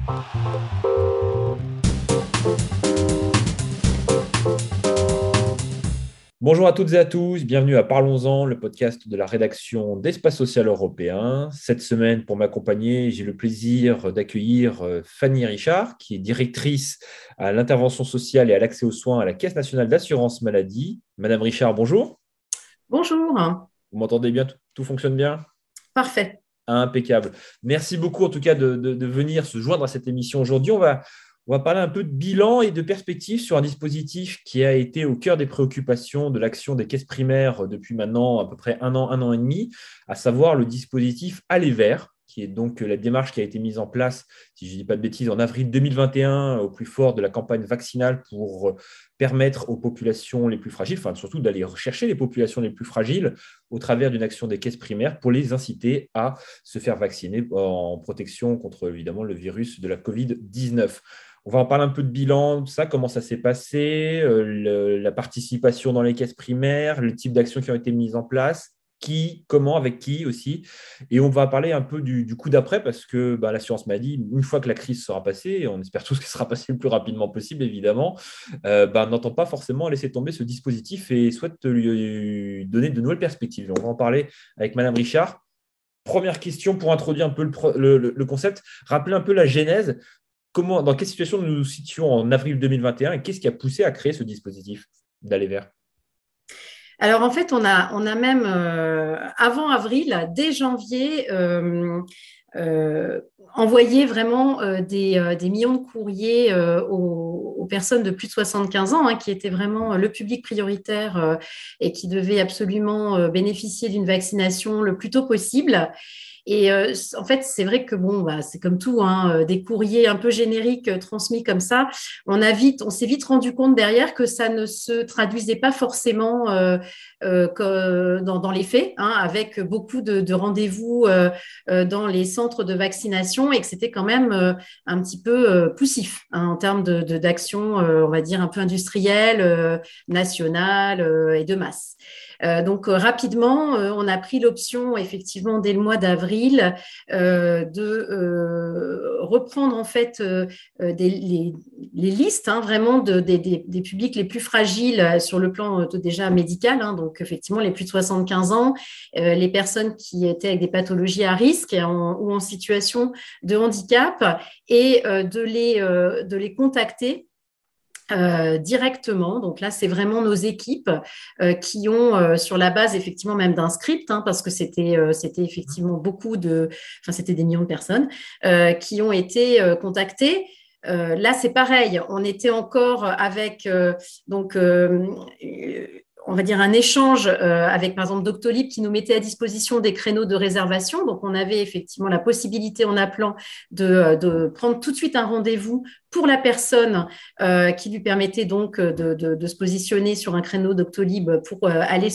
Bonjour à toutes et à tous, bienvenue à Parlons-en, le podcast de la rédaction d'Espace Social Européen. Cette semaine, pour m'accompagner, j'ai le plaisir d'accueillir Fanny Richard, qui est directrice à l'intervention sociale et à l'accès aux soins à la Caisse nationale d'assurance maladie. Madame Richard, bonjour. Bonjour, Vous m'entendez bien? Tout fonctionne bien? parfait. Impeccable. Merci beaucoup en tout cas de venir se joindre à cette émission aujourd'hui. On va parler un peu de bilan et de perspective sur un dispositif qui a été au cœur des préoccupations de l'action des caisses primaires depuis maintenant à peu près un an et demi, à savoir le dispositif Aller Vers, qui est donc la démarche qui a été mise en place, si je ne dis pas de bêtises, en avril 2021, au plus fort de la campagne vaccinale pour permettre aux populations les plus fragiles, enfin surtout d'aller rechercher les populations les plus fragiles au travers d'une action des caisses primaires pour les inciter à se faire vacciner en protection contre évidemment le virus de la Covid-19. On va en parler un peu de bilan, de ça, comment ça s'est passé, la participation dans les caisses primaires, le type d'actions qui ont été mises en place, qui, comment, avec qui aussi. Et on va parler un peu du coup d'après parce que l'assurance maladie, une fois que la crise sera passée, et on espère tous qu'elle sera passée le plus rapidement possible, évidemment, n'entend pas forcément laisser tomber ce dispositif et souhaite lui donner de nouvelles perspectives. On va en parler avec Madame Richard. Première question pour introduire un peu le concept. Rappelez un peu la genèse. Dans quelle situation nous nous situons en avril 2021 et qu'est-ce qui a poussé à créer ce dispositif d'aller vers? Alors en fait, on a même, avant avril, dès janvier, euh, envoyé vraiment des millions de courriers aux personnes de plus de 75 ans, hein, qui étaient vraiment le public prioritaire et qui devaient absolument bénéficier d'une vaccination le plus tôt possible. Et en fait, c'est vrai que bon, c'est comme tout, hein, des courriers un peu génériques transmis comme ça. On s'est vite rendu compte derrière que ça ne se traduisait pas forcément dans les faits, hein, avec beaucoup de rendez-vous dans les centres de vaccination et que c'était quand même un petit peu poussif, hein, en termes d'action, on va dire un peu industrielle, nationale et de masse. Donc rapidement, on a pris l'option effectivement dès le mois d'avril de reprendre en fait les listes, hein, vraiment des publics les plus fragiles sur le plan déjà médical, hein, donc effectivement les plus de 75 ans, les personnes qui étaient avec des pathologies à risque ou en situation de handicap et de les contacter directement. Donc là, c'est vraiment nos équipes qui ont, sur la base effectivement même d'un script, hein, parce que c'était effectivement c'était des millions de personnes qui ont été contactées. Là, c'est pareil. On était encore avec donc on va dire un échange avec par exemple Doctolib qui nous mettait à disposition des créneaux de réservation. Donc on avait effectivement la possibilité en appelant de prendre tout de suite un rendez-vous pour la personne qui lui permettait donc de se positionner sur un créneau Doctolib pour aller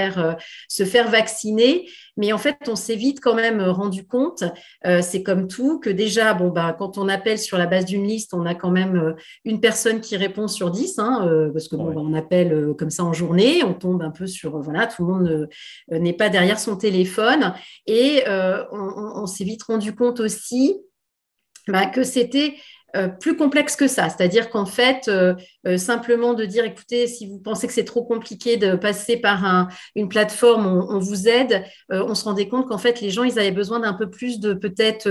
se faire vacciner. Mais en fait, on s'est vite quand même rendu compte, c'est comme tout, que déjà, quand on appelle sur la base d'une liste, on a quand même une personne qui répond sur 10, hein, parce que Ouais. on appelle comme ça en journée, on tombe un peu sur, voilà, tout le monde n'est pas derrière son téléphone. Et on s'est vite rendu compte aussi que c'était plus complexe que ça. C'est-à-dire qu'en fait, simplement de dire, écoutez, si vous pensez que c'est trop compliqué de passer par une plateforme, on vous aide, on se rendait compte qu'en fait, les gens, ils avaient besoin d'un peu plus de peut-être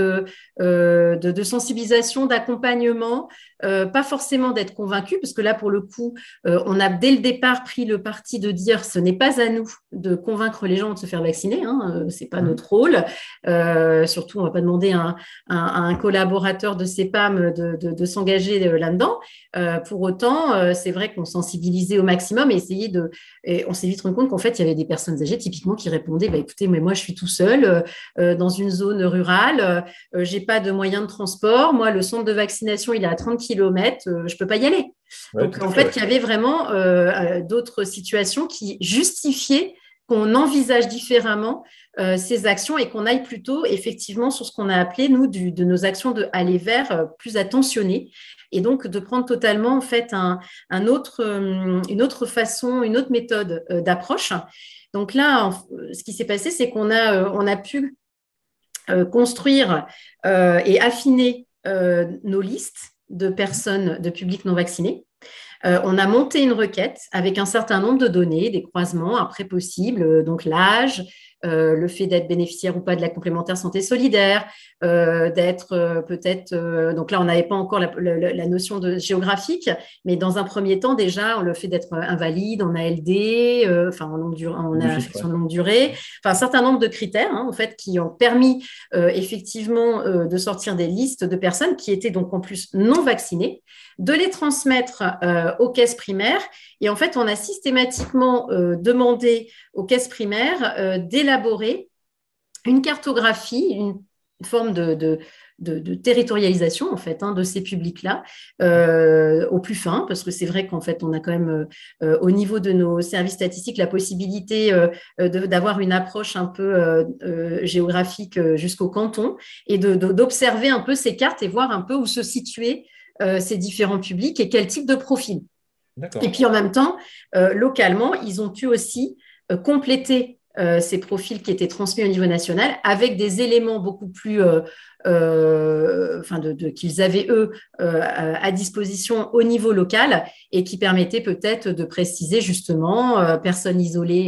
de sensibilisation, d'accompagnement, pas forcément d'être convaincus, parce que là, pour le coup, on a dès le départ pris le parti de dire, ce n'est pas à nous de convaincre les gens de se faire vacciner, hein, c'est pas notre rôle. Surtout, on va pas demander à un collaborateur de CEPAM de s'engager là-dedans. Pour autant, c'est vrai qu'on sensibilisait au maximum et on s'est vite rendu compte qu'en fait, il y avait des personnes âgées typiquement qui répondaient, écoutez, mais moi, je suis tout seul dans une zone rurale, j'ai pas de moyens de transport. Moi, le centre de vaccination, il est à 30 km, je peux pas y aller. Ouais, Donc, tout à en fait, fait, ouais. il y avait vraiment d'autres situations qui justifiaient qu'on envisage différemment ces actions et qu'on aille plutôt effectivement sur ce qu'on a appelé, nous, de nos actions de aller vers plus attentionnées et donc de prendre totalement en fait une autre façon, une autre méthode d'approche. Donc là, ce qui s'est passé, c'est on a pu construire et affiner nos listes de personnes, de publics non vaccinés. On a monté une requête avec un certain nombre de données, des croisements après possibles, donc l'âge, le fait d'être bénéficiaire ou pas de la complémentaire santé solidaire, d'être peut-être… donc là, on n'avait pas encore la notion de géographique, mais dans un premier temps, déjà, le fait d'être invalide, en ALD, en affection de longue durée, un certain nombre de critères, en fait, qui ont permis effectivement de sortir des listes de personnes qui étaient donc en plus non vaccinées, de les transmettre aux caisses primaires. Et en fait, on a systématiquement demandé aux caisses primaires d'élaborer une cartographie, une forme de territorialisation en fait de ces publics-là au plus fin, parce que c'est vrai qu'en fait on a quand même au niveau de nos services statistiques la possibilité d'avoir une approche un peu géographique jusqu'au canton et d'observer un peu ces cartes et voir un peu où se situer ces différents publics et quel type de profil. D'accord. Et puis en même temps, localement, ils ont pu aussi compléter ces profils qui étaient transmis au niveau national avec des éléments beaucoup plus qu'ils avaient eux à disposition au niveau local et qui permettaient peut-être de préciser justement personnes isolées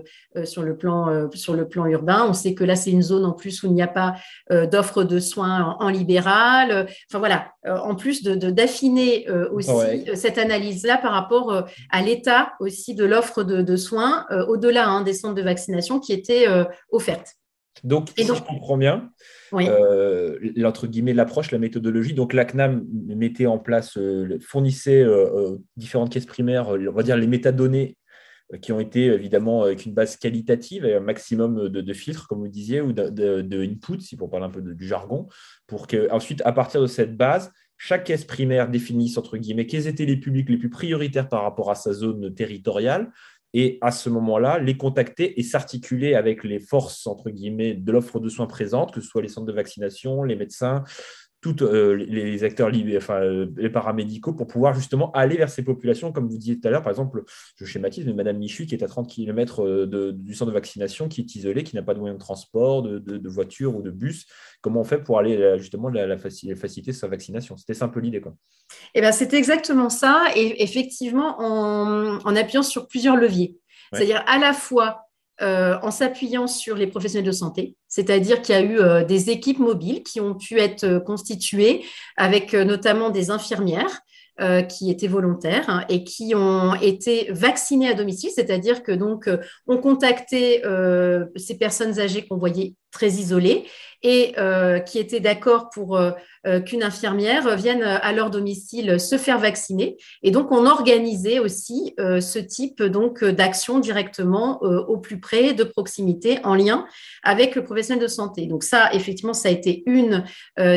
sur le plan urbain. On sait que là c'est une zone en plus où il n'y a pas d'offre de soins en libéral. Enfin voilà, en plus d'affiner aussi cette analyse-là par rapport à l'état aussi de l'offre de soins au-delà des centres de vaccination qui étaient offertes. Donc, si je comprends bien, oui. Entre guillemets, l'approche, la méthodologie, donc la CNAM mettait en place, fournissait différentes caisses primaires, on va dire les métadonnées qui ont été évidemment avec une base qualitative et un maximum de filtres, comme vous disiez, ou de input, si pour parler un peu du jargon, pour qu'ensuite, à partir de cette base, chaque caisse primaire définisse, entre guillemets, quels étaient les publics les plus prioritaires par rapport à sa zone territoriale, et à ce moment-là, les contacter et s'articuler avec les forces, entre guillemets, de l'offre de soins présente, que ce soit les centres de vaccination, les médecins, tous les acteurs, les paramédicaux, pour pouvoir justement aller vers ces populations, comme vous disiez tout à l'heure, par exemple, je schématise, mais Madame Michu, qui est à 30 km du centre de vaccination, qui est isolée, qui n'a pas de moyen de transport, de voiture ou de bus. Comment on fait pour aller justement faciliter sa vaccination? C'était ça un peu l'idée, quoi. Eh bien, c'est exactement ça, et effectivement, en appuyant sur plusieurs leviers. Ouais. C'est-à-dire à la fois en s'appuyant sur les professionnels de santé, c'est-à-dire qu'il y a eu des équipes mobiles qui ont pu être constituées avec notamment des infirmières qui étaient volontaires et qui ont été vaccinées à domicile, c'est-à-dire que donc on contactait ces personnes âgées qu'on voyait très isolées et qui étaient d'accord pour qu'une infirmière vienne à leur domicile se faire vacciner. Et donc, on organisait aussi ce type donc d'action directement au plus près, de proximité, en lien avec le professionnel de santé. Donc ça, effectivement, ça a été un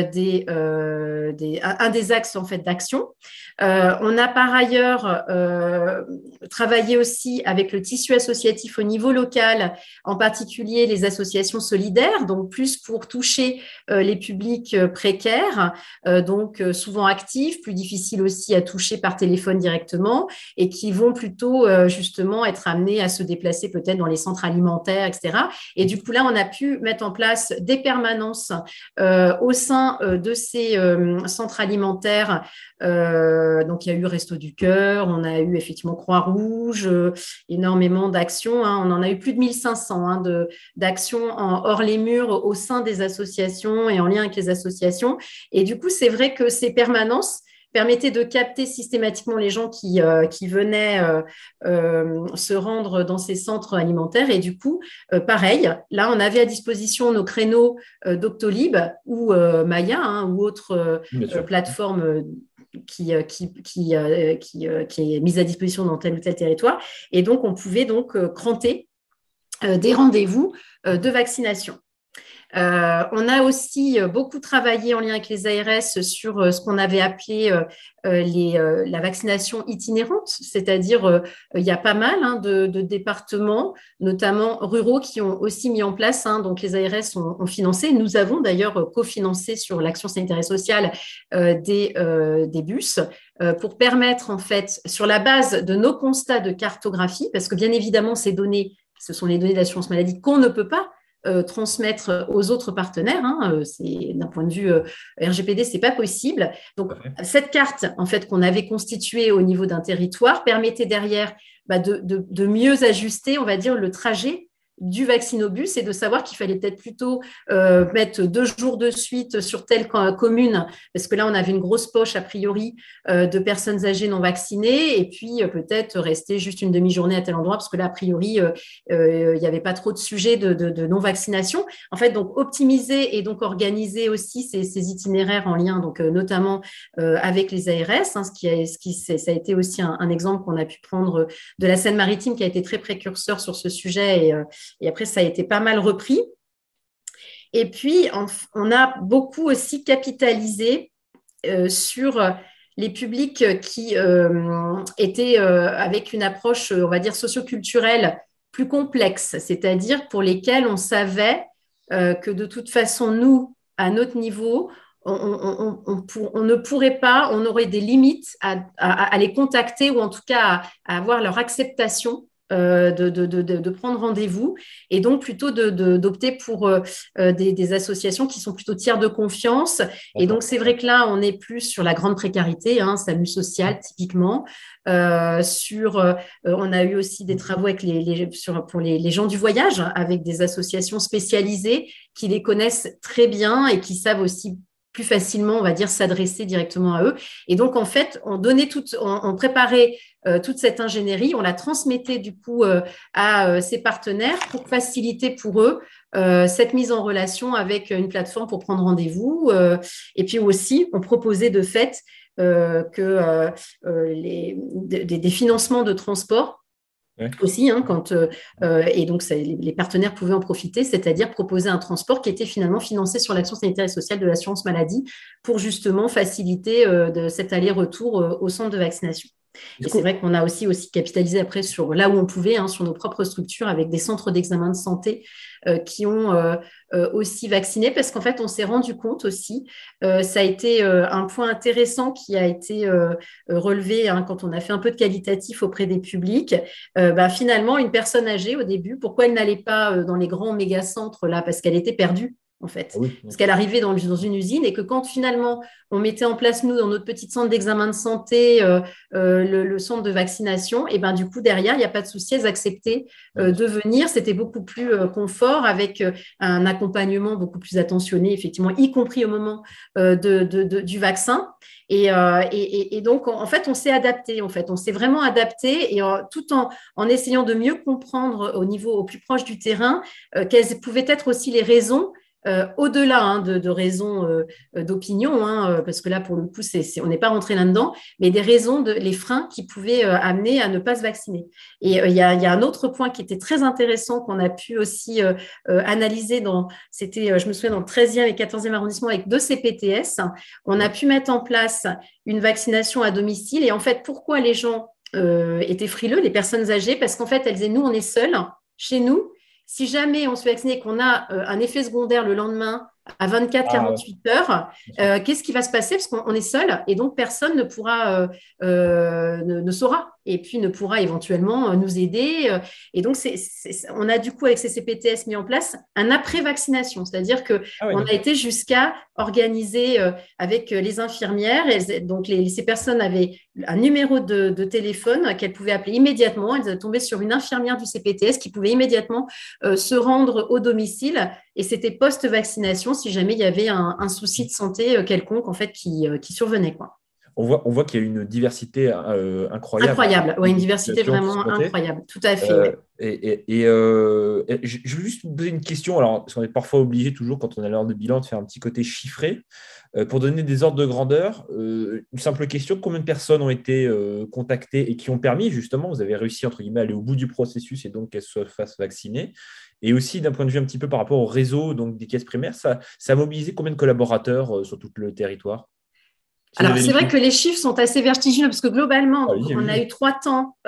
des axes en fait d'action. On a par ailleurs travaillé aussi avec le tissu associatif au niveau local, en particulier les associations solidaires, donc plus pour toucher les publics précaires, donc souvent actifs, plus difficiles aussi à toucher par téléphone directement et qui vont plutôt justement être amenés à se déplacer peut-être dans les centres alimentaires, etc. Et du coup, là, on a pu mettre en place des permanences au sein de ces centres alimentaires. Donc, il y a eu Resto du Cœur, on a eu effectivement Croix-Rouge, énormément d'actions. On en a eu plus de 1500 d'actions hors les murs au sein des associations et en lien avec les associations. Et du coup, c'est vrai que ces permanences permettaient de capter systématiquement les gens qui venaient se rendre dans ces centres alimentaires. Et du coup, pareil, là, on avait à disposition nos créneaux Doctolib ou Maya ou autres plateformes qui est mise à disposition dans tel ou tel territoire. Et donc, on pouvait donc cranter des rendez-vous de vaccination. On a aussi beaucoup travaillé en lien avec les ARS sur ce qu'on avait appelé la vaccination itinérante, c'est-à-dire il y a pas mal de départements, notamment ruraux, qui ont aussi mis en place, donc les ARS ont financé. Nous avons d'ailleurs cofinancé sur l'action sanitaire et sociale des bus pour permettre en fait, sur la base de nos constats de cartographie, parce que bien évidemment ces données, ce sont les données d'assurance maladie qu'on ne peut pas transmettre aux autres partenaires. Hein. D'un point de vue RGPD, c'est pas possible. Donc, cette carte, en fait, qu'on avait constituée au niveau d'un territoire permettait derrière de mieux ajuster, on va dire, le trajet du vaccinobus et de savoir qu'il fallait peut-être plutôt mettre 2 jours de suite sur telle commune, parce que là, on avait une grosse poche, a priori, de personnes âgées non vaccinées, et puis peut-être rester juste une demi-journée à tel endroit, parce que là, a priori, il n'y avait pas trop de sujets de non-vaccination. En fait, donc, optimiser et donc organiser aussi ces itinéraires en lien, donc, notamment avec les ARS, hein, ça a été aussi un exemple qu'on a pu prendre de la Seine-Maritime, qui a été très précurseur sur ce sujet, et après, ça a été pas mal repris. Et puis, on a beaucoup aussi capitalisé sur les publics qui étaient avec une approche, on va dire, socioculturelle plus complexe, c'est-à-dire pour lesquels on savait que de toute façon, nous, à notre niveau, on ne pourrait pas, on aurait des limites à les contacter ou en tout cas à avoir leur acceptation de prendre rendez-vous et donc plutôt d'opter pour des associations qui sont plutôt tiers de confiance. Et donc, c'est vrai que là, on est plus sur la grande précarité, hein, SAMU social typiquement. On a eu aussi des travaux avec pour les gens du voyage, avec des associations spécialisées qui les connaissent très bien et qui savent aussi plus facilement, on va dire, s'adresser directement à eux. Et donc, en fait, on préparait toute cette ingénierie, on la transmettait du coup à ses partenaires pour faciliter pour eux cette mise en relation avec une plateforme pour prendre rendez-vous. Et puis aussi, on proposait de fait des financements de transport. Ouais. Aussi, hein, et donc les partenaires pouvaient en profiter, c'est-à-dire proposer un transport qui était finalement financé sur l'action sanitaire et sociale de l'assurance maladie pour justement faciliter de cet aller-retour au centre de vaccination. Et c'est vrai qu'on a aussi capitalisé après sur là où on pouvait, hein, sur nos propres structures avec des centres d'examen de santé qui ont aussi vacciné, parce qu'en fait, on s'est rendu compte aussi, ça a été un point intéressant qui a été relevé hein, quand on a fait un peu de qualitatif auprès des publics. Finalement, une personne âgée au début, pourquoi elle n'allait pas dans les grands méga-centres là? Parce qu'elle était perdue. En fait, oui. Parce qu'elle arrivait dans une usine et que quand finalement on mettait en place, nous, dans notre petit centre d'examen de santé, le centre de vaccination, et ben du coup, derrière, il n'y a pas de souci, elles acceptaient de venir. C'était beaucoup plus confort avec un accompagnement beaucoup plus attentionné, effectivement, y compris au moment du vaccin. Et donc, en fait, on s'est adapté. En fait, on s'est vraiment adapté et tout en essayant de mieux comprendre au plus proche du terrain quelles pouvaient être aussi les raisons au-delà hein, de raisons d'opinion, hein, parce que là, pour le coup, on n'est pas rentré là-dedans, mais des raisons, les freins qui pouvaient amener à ne pas se vacciner. Et il y a un autre point qui était très intéressant qu'on a pu aussi analyser je me souviens, dans le 13e et 14e arrondissement avec 2 CPTS. On a pu mettre en place une vaccination à domicile. Et en fait, pourquoi les gens étaient frileux, les personnes âgées? Parce qu'en fait, elles disaient, nous, on est seuls chez nous. Si jamais on se fait vacciner et qu'on a un effet secondaire le lendemain à 24-48 heures, qu'est-ce qui va se passer? Parce qu'on est seul et donc personne ne pourra, ne saura et puis ne pourra éventuellement nous aider. Et donc, on a du coup, avec ces CPTS mis en place un après-vaccination, c'est-à-dire qu'on a été jusqu'à organiser avec les infirmières. Donc, ces personnes avaient un numéro de téléphone qu'elles pouvaient appeler immédiatement. Elles tombaient sur une infirmière du CPTS qui pouvait immédiatement se rendre au domicile. Et c'était post-vaccination si jamais il y avait un souci de santé quelconque en fait, qui survenait, quoi. On voit qu'il y a une diversité incroyable. Incroyable, oui, une diversité vraiment incroyable, tout à fait. Je veux juste vous poser une question, alors, parce qu'on est parfois obligé toujours, quand on a l'heure de bilan, de faire un petit côté chiffré. Pour donner des ordres de grandeur, une simple question, combien de personnes ont été contactées et qui ont permis, justement, vous avez réussi, entre guillemets, à aller au bout du processus et donc qu'elles se fassent vacciner? Et aussi, d'un point de vue un petit peu par rapport au réseau donc, des caisses primaires, ça a mobilisé combien de collaborateurs sur tout le territoire? Alors, c'est vrai que les chiffres sont assez vertigineux parce que globalement, donc, Allez-y, on a allez-y. eu 3 temps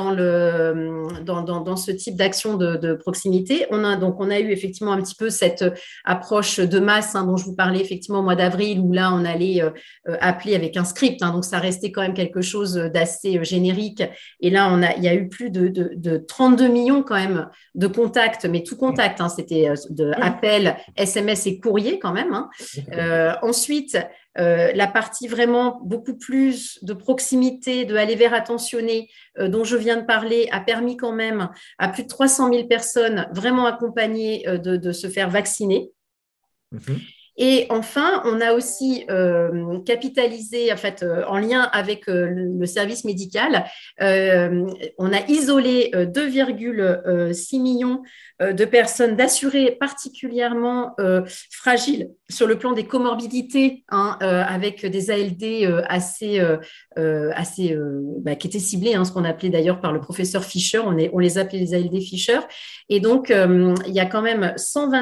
dans ce type d'action de proximité. On a eu effectivement un petit peu cette approche de masse dont je vous parlais effectivement au mois d'avril où là, on allait appeler avec un script. Donc, ça restait quand même quelque chose d'assez générique. Et là, il y a eu plus de 32 millions quand même de contacts, mais tout contact. C'était de Oui. appels, SMS et courrier quand même. Ensuite, la partie vraiment beaucoup plus de proximité, de aller vers attentionner, dont je viens de parler, a permis quand même à plus de 300 000 personnes vraiment accompagnées de se faire vacciner. Mhm. Et enfin, on a aussi capitalisé, en fait, en lien avec le service médical, on a isolé 2,6 millions de personnes d'assurés particulièrement fragiles sur le plan des comorbidités, avec des ALD qui étaient ciblés, ce qu'on appelait d'ailleurs par le professeur Fischer, on les appelait les ALD Fischer. Et donc, il y a quand même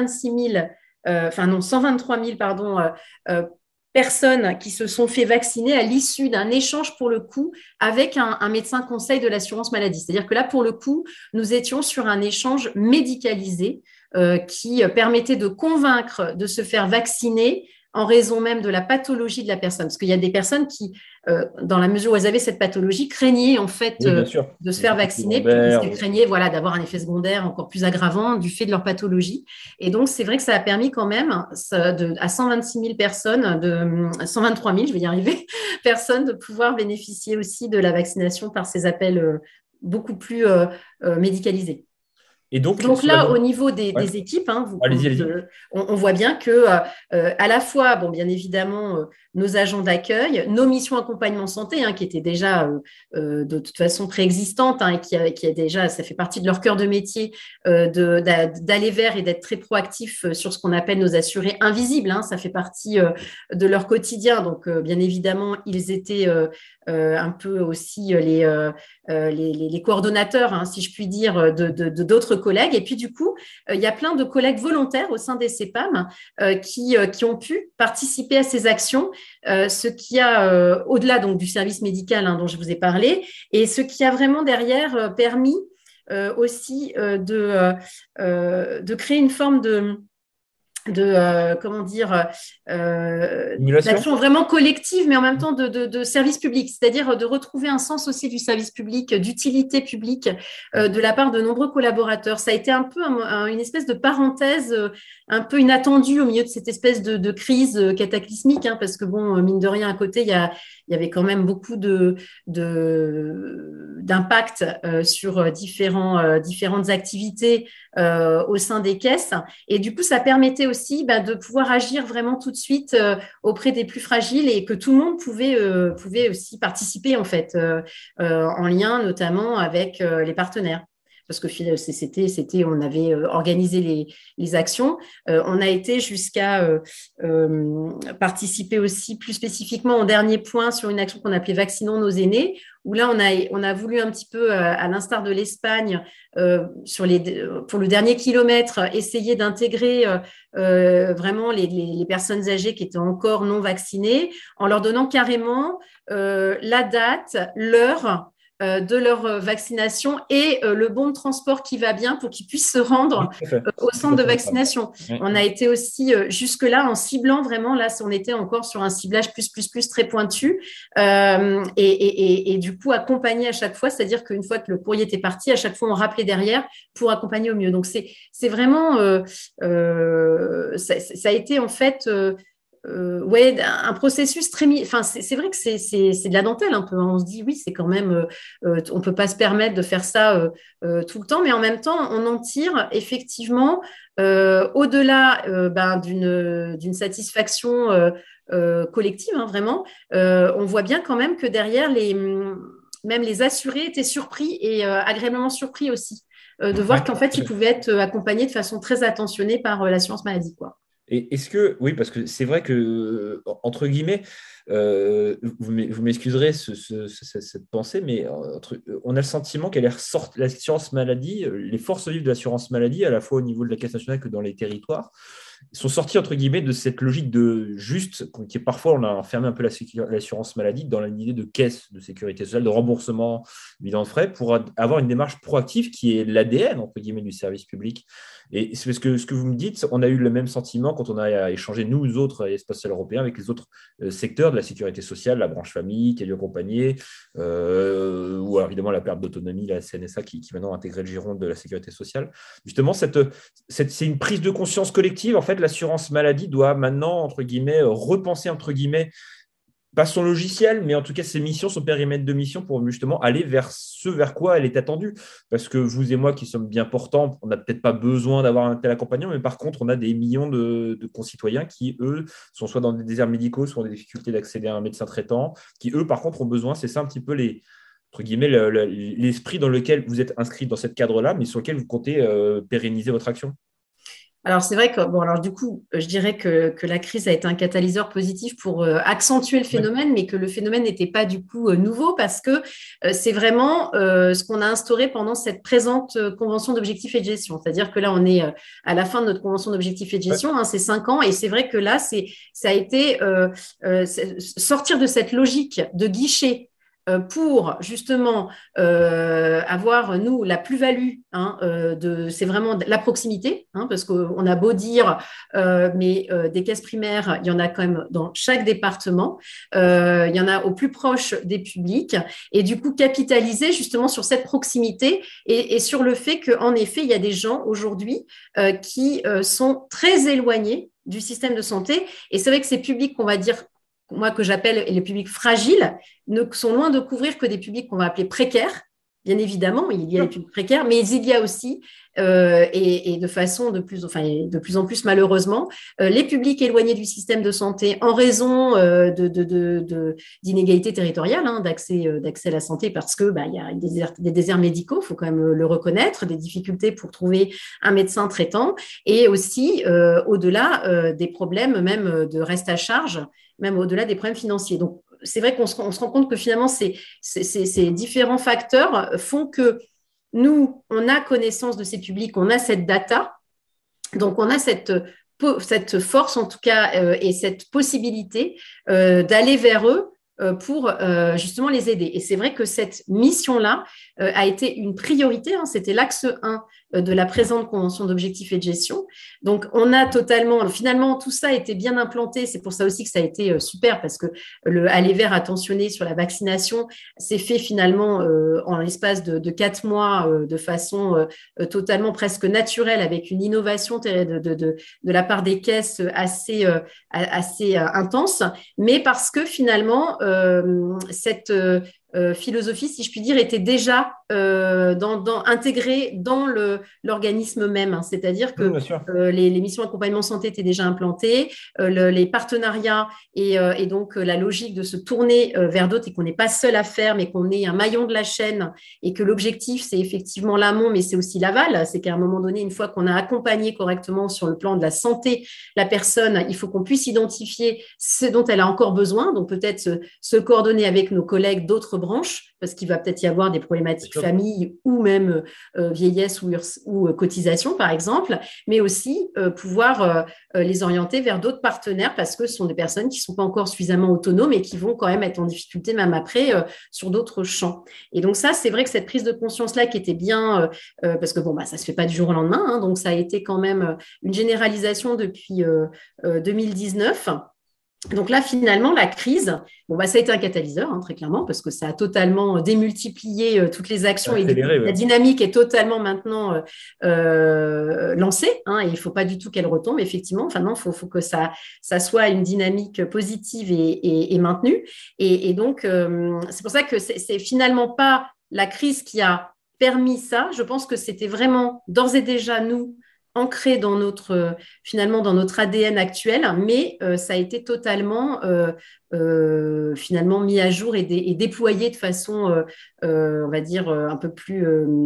123 000 personnes qui se sont fait vacciner à l'issue d'un échange, pour le coup, avec un médecin conseil de l'assurance maladie. C'est-à-dire que là, pour le coup, nous étions sur un échange médicalisé qui permettait de convaincre de se faire vacciner en raison même de la pathologie de la personne. Parce qu'il y a des personnes qui, dans la mesure où elles avaient cette pathologie, craignaient en fait Oui, bien sûr. de se Les faire effets vacciner parce secondaires. qu'elles craignaient d'avoir un effet secondaire encore plus aggravant du fait de leur pathologie. Et donc, c'est vrai que ça a permis quand même à 126 000 personnes, 123 000, je vais y arriver, personnes de pouvoir bénéficier aussi de la vaccination par ces appels beaucoup plus médicalisés. Et donc, Donc sur la là, au dimension. niveau Ouais. des équipes, Allez-y, allez-y. on voit bien que à la fois, bon, bien évidemment, nos agents d'accueil, nos missions accompagnement santé, qui étaient déjà de toute façon préexistantes, et qui a déjà, ça fait partie de leur cœur de métier, d'aller vers et d'être très proactifs sur ce qu'on appelle nos assurés invisibles. Ça fait partie de leur quotidien. Donc, bien évidemment, ils étaient un peu aussi les coordonnateurs, si je puis dire, de d'autres collègues. Et puis, du coup, il y a plein de collègues volontaires au sein des CEPAM qui ont pu participer à ces actions, ce qui a, au-delà donc, du service médical dont je vous ai parlé, et ce qui a vraiment derrière permis aussi de créer une forme comment dire, Simulation? d'action vraiment collective, mais en même temps de service public, c'est-à-dire de retrouver un sens aussi du service public, d'utilité publique de la part de nombreux collaborateurs. Ça a été un peu une espèce de parenthèse un peu inattendue au milieu de cette espèce de crise cataclysmique, parce que bon, mine de rien, à côté, il y avait quand même beaucoup d'impact sur différentes activités au sein des caisses. Et du coup, ça permettait aussi de pouvoir agir vraiment tout de suite auprès des plus fragiles et que tout le monde pouvait aussi participer en fait, en lien notamment avec les partenaires. Parce que on avait organisé les actions. On a été jusqu'à participer aussi plus spécifiquement au dernier point sur une action qu'on appelait Vaccinons nos aînés, où là, on a voulu un petit peu, à l'instar de l'Espagne, pour le dernier kilomètre, essayer d'intégrer vraiment les personnes âgées qui étaient encore non vaccinées en leur donnant carrément la date, l'heure de leur vaccination et le bon de transport qui va bien pour qu'ils puissent se Oui, rendre tout à fait. au Tout centre à de fait d'accord. vaccination. Ouais. On a été aussi jusque-là en ciblant vraiment, là, on était encore sur un ciblage plus très pointu et du coup accompagné à chaque fois, c'est-à-dire qu'une fois que le courrier était parti, à chaque fois on rappelait derrière pour accompagner au mieux. Donc c'est vraiment, ça a été en fait un processus très enfin c'est vrai que c'est de la dentelle un peu, on se dit oui, c'est quand même on peut pas se permettre de faire ça tout le temps, mais en même temps on en tire effectivement au-delà d'une satisfaction collective, vraiment, on voit bien quand même que derrière même les assurés étaient surpris et agréablement surpris aussi de Ouais. voir qu'en fait ils pouvaient être accompagnés de façon très attentionnée par l'assurance maladie, quoi. Et est-ce que, oui, parce que c'est vrai que, entre guillemets, vous m'excuserez cette pensée, mais on a le sentiment qu'elle est l'assurance maladie, les forces vives de l'assurance maladie, à la fois au niveau de la Caisse nationale que dans les territoires, sont sortis, entre guillemets, de cette logique de juste, qui est parfois, on a enfermé un peu l'assurance maladie dans l'idée de caisse de sécurité sociale, de remboursement, bilan de frais, pour avoir une démarche proactive qui est l'ADN, entre guillemets, du service public. Et c'est parce que ce que vous me dites, on a eu le même sentiment quand on a échangé, nous autres, espaces sociaux européens, avec les autres secteurs de la sécurité sociale, la branche famille, qui est accompagnée, ou alors évidemment la perte d'autonomie, la CNSA, qui maintenant a intégré le giron de la sécurité sociale. Justement, c'est une prise de conscience collective. En fait, l'assurance maladie doit maintenant, entre guillemets, repenser, entre guillemets, pas son logiciel, mais en tout cas ses missions, son périmètre de mission pour justement aller vers ce vers quoi elle est attendue. Parce que vous et moi qui sommes bien portants, on n'a peut-être pas besoin d'avoir un tel accompagnement, mais par contre, on a des millions de concitoyens qui, eux, sont soit dans des déserts médicaux, soit ont des difficultés d'accéder à un médecin traitant, qui, eux, par contre, ont besoin, c'est ça un petit peu entre guillemets, l'esprit dans lequel vous êtes inscrit dans ce cadre-là, mais sur lequel vous comptez pérenniser votre action. Alors, c'est vrai que, bon, alors du coup, je dirais que la crise a été un catalyseur positif pour accentuer le phénomène, mais que le phénomène n'était pas du coup nouveau parce que c'est vraiment ce qu'on a instauré pendant cette présente convention d'objectifs et de gestion. C'est-à-dire que là, on est à la fin de notre convention d'objectifs et de gestion, c'est 5 ans, et c'est vrai que là, ça a été sortir de cette logique de guichet pour justement avoir, nous, la plus-value, c'est vraiment la proximité, parce qu'on a beau dire, mais des caisses primaires, il y en a quand même dans chaque département, il y en a au plus proche des publics, et du coup, capitaliser justement sur cette proximité et sur le fait qu'en effet, il y a des gens aujourd'hui qui sont très éloignés du système de santé, et c'est vrai que ces publics qu'on va dire moi que j'appelle les publics fragiles, ne sont loin de couvrir que des publics qu'on va appeler précaires. Bien évidemment, il y a les publics précaires, mais il y a aussi, et de façon de plus en plus malheureusement, les publics éloignés du système de santé en raison d'inégalités territoriales, d'accès à la santé, parce que il y a des déserts médicaux, il faut quand même le reconnaître, des difficultés pour trouver un médecin traitant, et aussi au-delà des problèmes même de reste à charge, même au-delà des problèmes financiers. Donc, c'est vrai qu'on se rend compte que finalement, ces différents facteurs font que nous, on a connaissance de ces publics, on a cette data, donc on a cette force en tout cas et cette possibilité d'aller vers eux pour justement les aider. Et c'est vrai que cette mission-là a été une priorité, c'était l'axe 1 de la présente convention d'objectifs et de gestion. Donc, on a finalement, tout ça a été bien implanté. C'est pour ça aussi que ça a été super parce que le Aller Vers attentionné sur la vaccination s'est fait finalement en l'espace de 4 mois de façon totalement presque naturelle avec une innovation de la part des caisses assez intense, mais parce que finalement, cette philosophie, si je puis dire, était déjà intégrée dans l'organisme même. C'est-à-dire que les missions accompagnement santé étaient déjà implantées, les partenariats et donc la logique de se tourner vers d'autres et qu'on n'est pas seul à faire, mais qu'on est un maillon de la chaîne et que l'objectif, c'est effectivement l'amont, mais c'est aussi l'aval. C'est qu'à un moment donné, une fois qu'on a accompagné correctement sur le plan de la santé la personne, il faut qu'on puisse identifier ce dont elle a encore besoin, donc peut-être se coordonner avec nos collègues d'autres branches, parce qu'il va peut-être y avoir des problématiques famille ou même vieillesse ou cotisation, par exemple, mais aussi pouvoir les orienter vers d'autres partenaires parce que ce sont des personnes qui ne sont pas encore suffisamment autonomes et qui vont quand même être en difficulté même après sur d'autres champs. Et donc ça, c'est vrai que cette prise de conscience-là qui était bien, parce que ça ne se fait pas du jour au lendemain, donc ça a été quand même une généralisation depuis 2019. Donc là, finalement, la crise, ça a été un catalyseur, très clairement, parce que ça a totalement démultiplié toutes les actions et la dynamique est totalement maintenant lancée. Et il ne faut pas du tout qu'elle retombe, effectivement. Enfin, non, il faut que ça soit une dynamique positive et maintenue. Et donc, c'est pour ça que c'est finalement pas la crise qui a permis ça. Je pense que c'était vraiment d'ores et déjà nous, ancré dans notre ADN actuel, mais ça a été totalement finalement mis à jour et déployé de façon, on va dire, un peu plus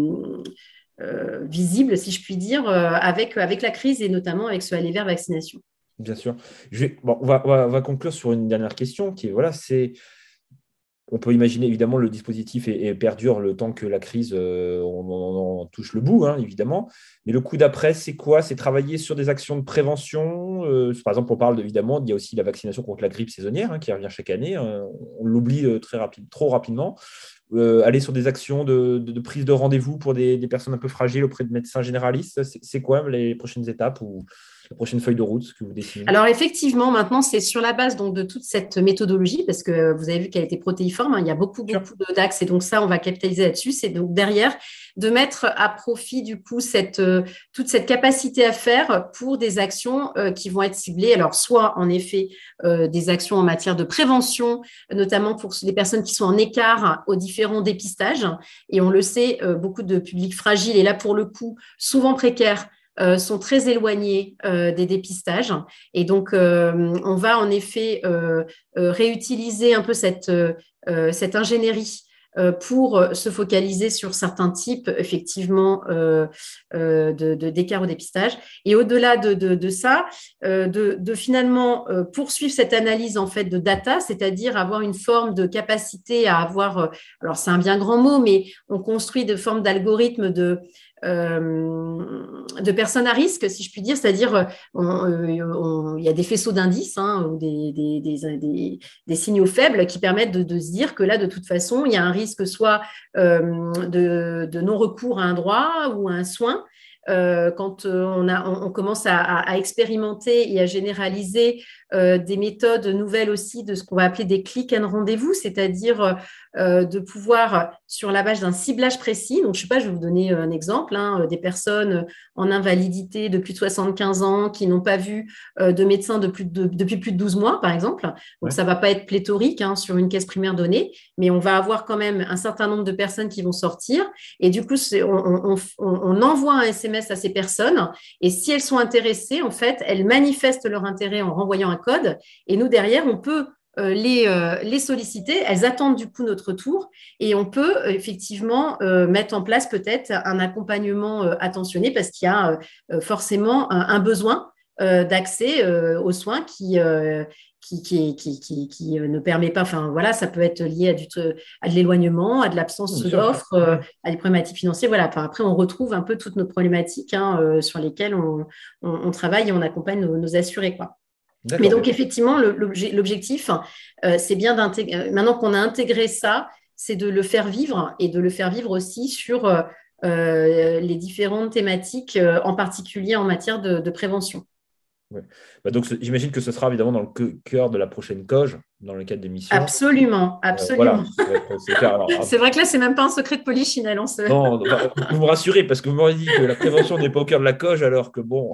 visible, si je puis dire, avec la crise et notamment avec ce aller vers vaccination. Bien sûr. On va conclure sur une dernière question qui est, on peut imaginer évidemment le dispositif et perdure le temps que la crise, on touche le bout, hein, évidemment. Mais le coup d'après, c'est quoi? C'est travailler sur des actions de prévention. Par exemple, on parle évidemment, il y a aussi la vaccination contre la grippe saisonnière, hein, qui revient chaque année. On l'oublie trop rapidement. Aller sur des actions de prise de rendez-vous pour des personnes un peu fragiles auprès de médecins généralistes. C'est quoi les prochaines étapes ou la prochaine feuille de route que vous dessinez? Alors effectivement, maintenant, c'est sur la base donc, de toute cette méthodologie, parce que vous avez vu qu'elle était protéiforme, hein, il y a beaucoup d'axes, et donc ça, on va capitaliser là-dessus. C'est donc derrière de mettre à profit du coup toute cette capacité à faire pour des actions qui vont être ciblées. Alors soit en effet des actions en matière de prévention, notamment pour les personnes qui sont en écart aux différents dépistages. Et on le sait, beaucoup de publics fragiles, et là pour le coup, souvent précaires, sont très éloignés des dépistages. Et donc, on va en effet réutiliser un peu cette ingénierie pour se focaliser sur certains types, effectivement, d'écart au dépistage. Et au-delà de ça, de finalement poursuivre cette analyse en fait de data, c'est-à-dire avoir une forme de capacité à avoir, alors c'est un bien grand mot, mais on construit de formes d'algorithmes de personnes à risque, si je puis dire, c'est-à-dire il y a des faisceaux d'indices, hein, ou des signaux faibles qui permettent de se dire que là, de toute façon, il y a un risque soit de non-recours à un droit ou à un soin. Quand on commence à expérimenter et à généraliser des méthodes nouvelles aussi de ce qu'on va appeler des click and rendez-vous, c'est-à-dire de pouvoir, sur la base d'un ciblage précis, donc je ne sais pas, je vais vous donner un exemple, hein, des personnes en invalidité de plus de 75 ans qui n'ont pas vu de médecin depuis plus de 12 mois, par exemple. Donc, ça ne va pas être pléthorique, hein, sur une caisse primaire donnée, mais on va avoir quand même un certain nombre de personnes qui vont sortir. Et du coup, on envoie un SMS à ces personnes. Et si elles sont intéressées, en fait, elles manifestent leur intérêt en renvoyant un code. Et nous, derrière, on peut les solliciter, elles attendent du coup notre tour et on peut effectivement mettre en place peut-être un accompagnement attentionné parce qu'il y a forcément un besoin d'accès aux soins qui ne permet pas, enfin voilà, ça peut être lié à de l'éloignement, à de l'absence d'offres, à des problématiques financières. Voilà. Enfin, après, on retrouve un peu toutes nos problématiques, hein, sur lesquelles on travaille et on accompagne nos assurés, quoi. Mais donc, effectivement, l'objectif, c'est bien d'intégrer. Maintenant qu'on a intégré ça, c'est de le faire vivre et de le faire vivre aussi sur les différentes thématiques, en particulier en matière de prévention. Ouais. Donc, j'imagine que ce sera évidemment dans le cœur de la prochaine COG, dans le cadre des missions. Absolument, absolument. Voilà, c'est vrai que là, c'est même pas un secret de polichinelle. Non, vous me rassurez, parce que vous m'aurez dit que la prévention n'est pas au cœur de la COG, alors que bon.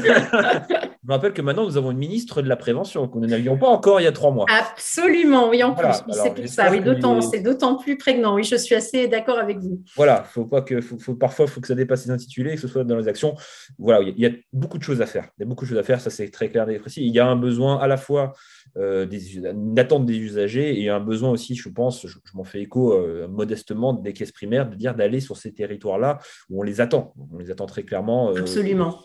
Je me rappelle que maintenant, nous avons une ministre de la prévention, que nous n'avions pas encore il y a 3 mois. Absolument, oui, en plus. C'est pour ça, oui, c'est d'autant plus prégnant. Oui, je suis assez d'accord avec vous. Voilà, parfois, il faut que ça dépasse les intitulés, que ce soit dans les actions. Voilà, il y a beaucoup de choses à faire. Il y a beaucoup de choses à faire, ça c'est très clair et précis. Il y a un besoin à la fois une attente des usagers et un besoin aussi, je pense, je m'en fais écho modestement des caisses primaires, de dire d'aller sur ces territoires-là où on les attend. On les attend très clairement. Absolument.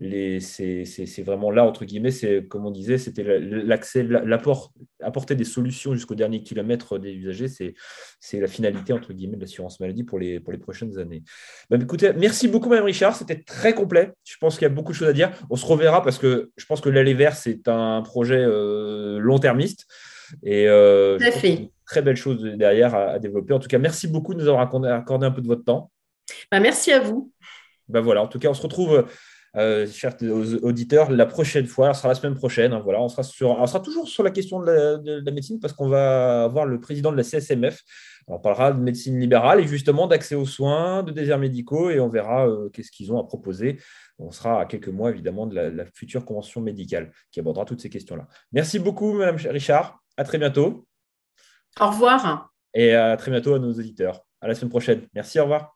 C'est vraiment là, entre guillemets, c'est comme on disait, c'était l'accès, l'apport, apporter des solutions jusqu'au dernier kilomètre des usagers, c'est la finalité, entre guillemets, de l'assurance maladie pour les prochaines années. Écoutez, merci beaucoup, Mme Richard, c'était très complet. Je pense qu'il y a beaucoup de choses à dire. On se reverra parce que je pense que l'Aller Vert, c'est un projet long-termiste et une très belle chose derrière à développer. En tout cas, merci beaucoup de nous avoir accordé un peu de votre temps. Merci à vous. Voilà, en tout cas, on se retrouve, chers auditeurs, la prochaine fois. Ce sera la semaine prochaine. Hein, voilà, on sera toujours sur la question de la médecine parce qu'on va avoir le président de la CSMF. On parlera de médecine libérale et justement d'accès aux soins, de déserts médicaux et on verra qu'est-ce qu'ils ont à proposer. On sera à quelques mois, évidemment, de la future convention médicale qui abordera toutes ces questions-là. Merci beaucoup, Mme Richard. À très bientôt. Au revoir. Et à très bientôt à nos auditeurs. À la semaine prochaine. Merci, au revoir.